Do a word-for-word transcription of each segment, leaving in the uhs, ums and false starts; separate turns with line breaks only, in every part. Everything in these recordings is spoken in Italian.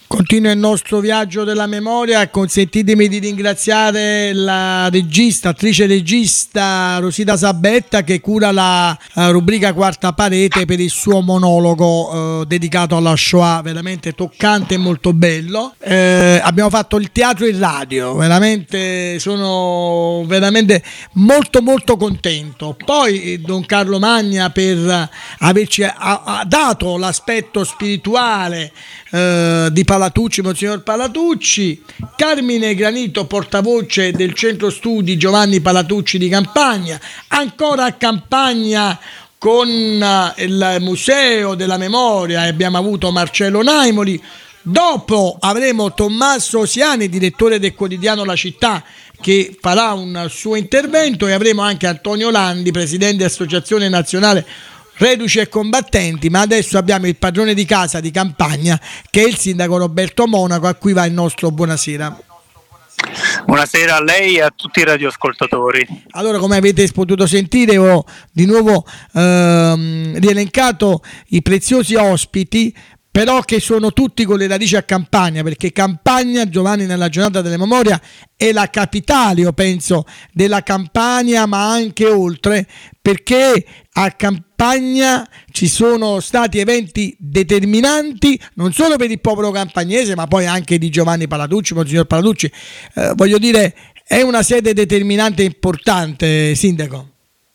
Continua il nostro viaggio della memoria. Consentitemi di ringraziare la regista, attrice regista Rosita Sabetta, che cura la uh, rubrica Quarta Parete per il suo monologo uh, dedicato alla Shoah, veramente toccante e molto bello. Eh, abbiamo fatto il teatro e il radio, veramente sono veramente molto molto contento. Poi Don Carlo Magna per averci ha, ha dato l'aspetto spirituale Uh, di Palatucci, Monsignor Palatucci, Carmine Granito, portavoce del centro studi Giovanni Palatucci di Campagna, ancora a Campagna con uh, il Museo della Memoria abbiamo avuto Marcello Naimoli. Dopo avremo Tommaso Osiani, direttore del quotidiano La Città, che farà un suo intervento, e avremo anche Antonio Landi, presidente dell'Associazione Nazionale Reduci e Combattenti. Ma adesso abbiamo il padrone di casa di Campagna, che è il sindaco Roberto Monaco, a cui va il nostro buonasera.
Buonasera a lei e a tutti i radioascoltatori.
Allora, come avete potuto sentire, ho di nuovo ehm, rielencato i preziosi ospiti, però che sono tutti con le radici a Campagna, perché Campagna, Giovanni, nella giornata della memoria è la capitale, io penso, della Campania, ma anche oltre, perché a Campagna ci sono stati eventi determinanti non solo per il popolo campagnese, ma poi anche di Giovanni Palatucci, Monsignor Palatucci. Eh, voglio dire, è una sede determinante e importante, sindaco.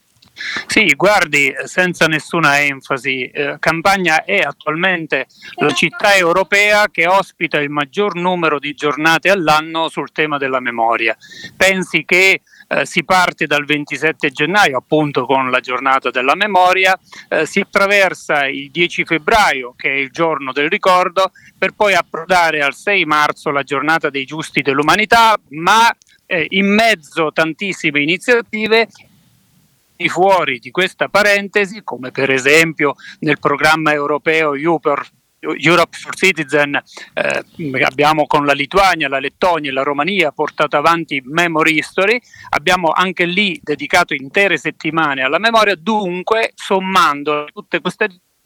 Sì, guardi, senza nessuna enfasi, eh, Campagna è attualmente la città europea che ospita il maggior numero di giornate all'anno sul tema della memoria. Pensi che eh, si parte dal ventisette gennaio, appunto con la giornata della memoria, eh, si attraversa il dieci febbraio, che è il giorno del ricordo, per poi approdare al sei marzo, la giornata dei giusti dell'umanità, ma eh, in mezzo tantissime iniziative. Fuori di questa parentesi, come per esempio nel programma europeo Europe for Citizen, eh, abbiamo con la Lituania, la Lettonia e la Romania portato avanti Memory History, abbiamo anche lì dedicato intere settimane alla memoria. Dunque, sommando tutte queste,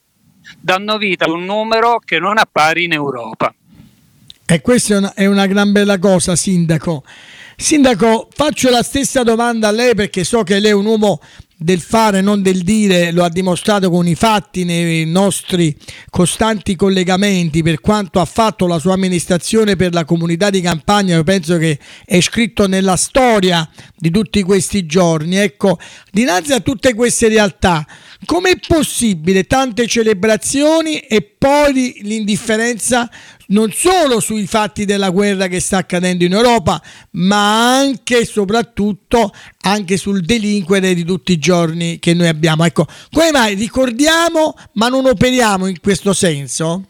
danno vita a un numero che non appare in Europa.
E questa è una, è una gran bella cosa, sindaco. Sindaco, faccio la stessa domanda a lei, perché so che lei è un uomo del fare, non del dire, lo ha dimostrato con i fatti nei nostri costanti collegamenti, per quanto ha fatto la sua amministrazione per la comunità di Campagna. Io penso che è scritto nella storia di tutti questi giorni. Ecco, dinanzi a tutte queste realtà, com'è possibile tante celebrazioni e poi l'indifferenza non solo sui fatti della guerra che sta accadendo in Europa, ma anche e soprattutto anche sul delinquere di tutti i giorni che noi abbiamo? Ecco, come mai ricordiamo ma non operiamo in questo senso?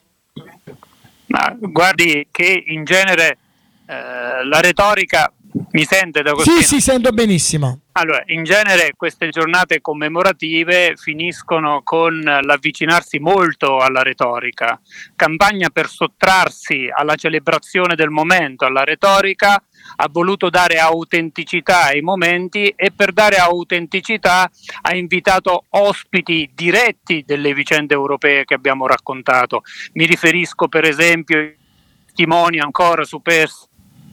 Ma guardi che in genere eh, la retorica, mi sente da così?
Sì, sì, sento benissimo.
Allora, in genere queste giornate commemorative finiscono con l'avvicinarsi molto alla retorica. Campagna, per sottrarsi alla celebrazione del momento, alla retorica, ha voluto dare autenticità ai momenti, e per dare autenticità ha invitato ospiti diretti delle vicende europee che abbiamo raccontato. Mi riferisco per esempio ai testimoni ancora superstiti.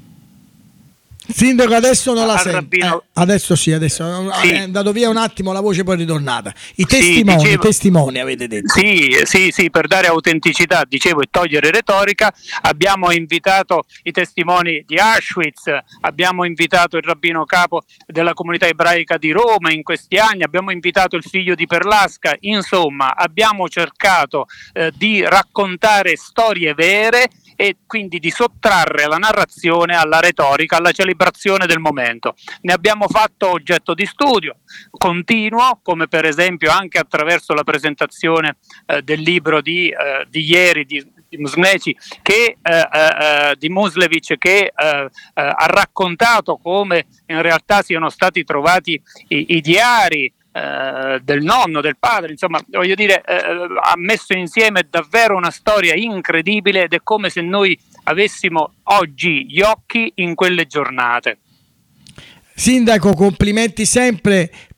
Sindaco, adesso non la sento. Eh, adesso sì, adesso sì. È andato via un attimo la voce, poi è ritornata. I testimoni, sì, dicevo, testimoni avete detto.
Sì, sì, sì, per dare autenticità, dicevo, e togliere retorica, abbiamo invitato i testimoni di Auschwitz, abbiamo invitato il rabbino capo della comunità ebraica di Roma in questi anni, abbiamo invitato il figlio di Perlasca. Insomma, abbiamo cercato eh, di raccontare storie vere e quindi di sottrarre la narrazione alla retorica, alla celebrazione del momento. Ne abbiamo fatto oggetto di studio continuo, come per esempio anche attraverso la presentazione eh, del libro di, eh, di ieri di, di Musleci, che, eh, eh, di Muslevich, che eh, eh, ha raccontato come in realtà siano stati trovati i, i diari Eh, del nonno, del padre, insomma, voglio dire, eh, ha messo insieme davvero una storia incredibile, ed è come se noi avessimo oggi gli occhi in quelle giornate.
Sindaco, complimenti sempre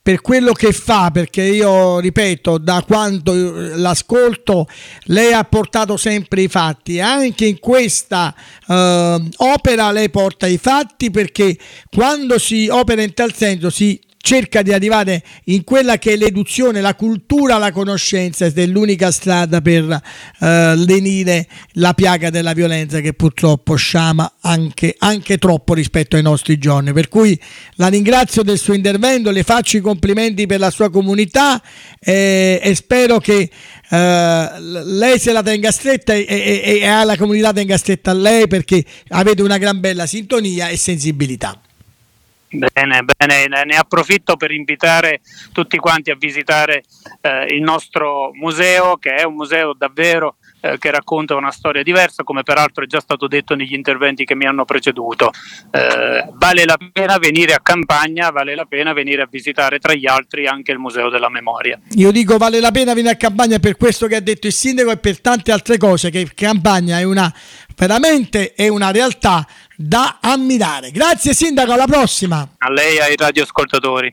per quello che fa, perché io ripeto, da quando l'ascolto lei ha portato sempre i fatti, anche in questa eh, opera lei porta i fatti, perché quando si opera in tal senso si cerca di arrivare in quella che è l'eduzione, la cultura, la conoscenza, ed è l'unica strada per eh, lenire la piaga della violenza che purtroppo sciama anche, anche troppo rispetto ai nostri giorni. Per cui la ringrazio del suo intervento, le faccio i complimenti per la sua comunità eh, e spero che eh, lei se la tenga stretta e, e, e alla comunità tenga stretta a lei, perché avete una gran bella sintonia e sensibilità.
Bene, bene, ne approfitto per invitare tutti quanti a visitare eh, il nostro museo, che è un museo davvero eh, che racconta una storia diversa, come peraltro è già stato detto negli interventi che mi hanno preceduto. Eh, vale la pena venire a Campagna, vale la pena venire a visitare tra gli altri anche il Museo della Memoria.
Io dico vale la pena venire a Campagna per questo che ha detto il sindaco e per tante altre cose, che Campagna è una veramente è una realtà da ammirare. Grazie sindaco, alla prossima.
A lei e ai radioascoltatori.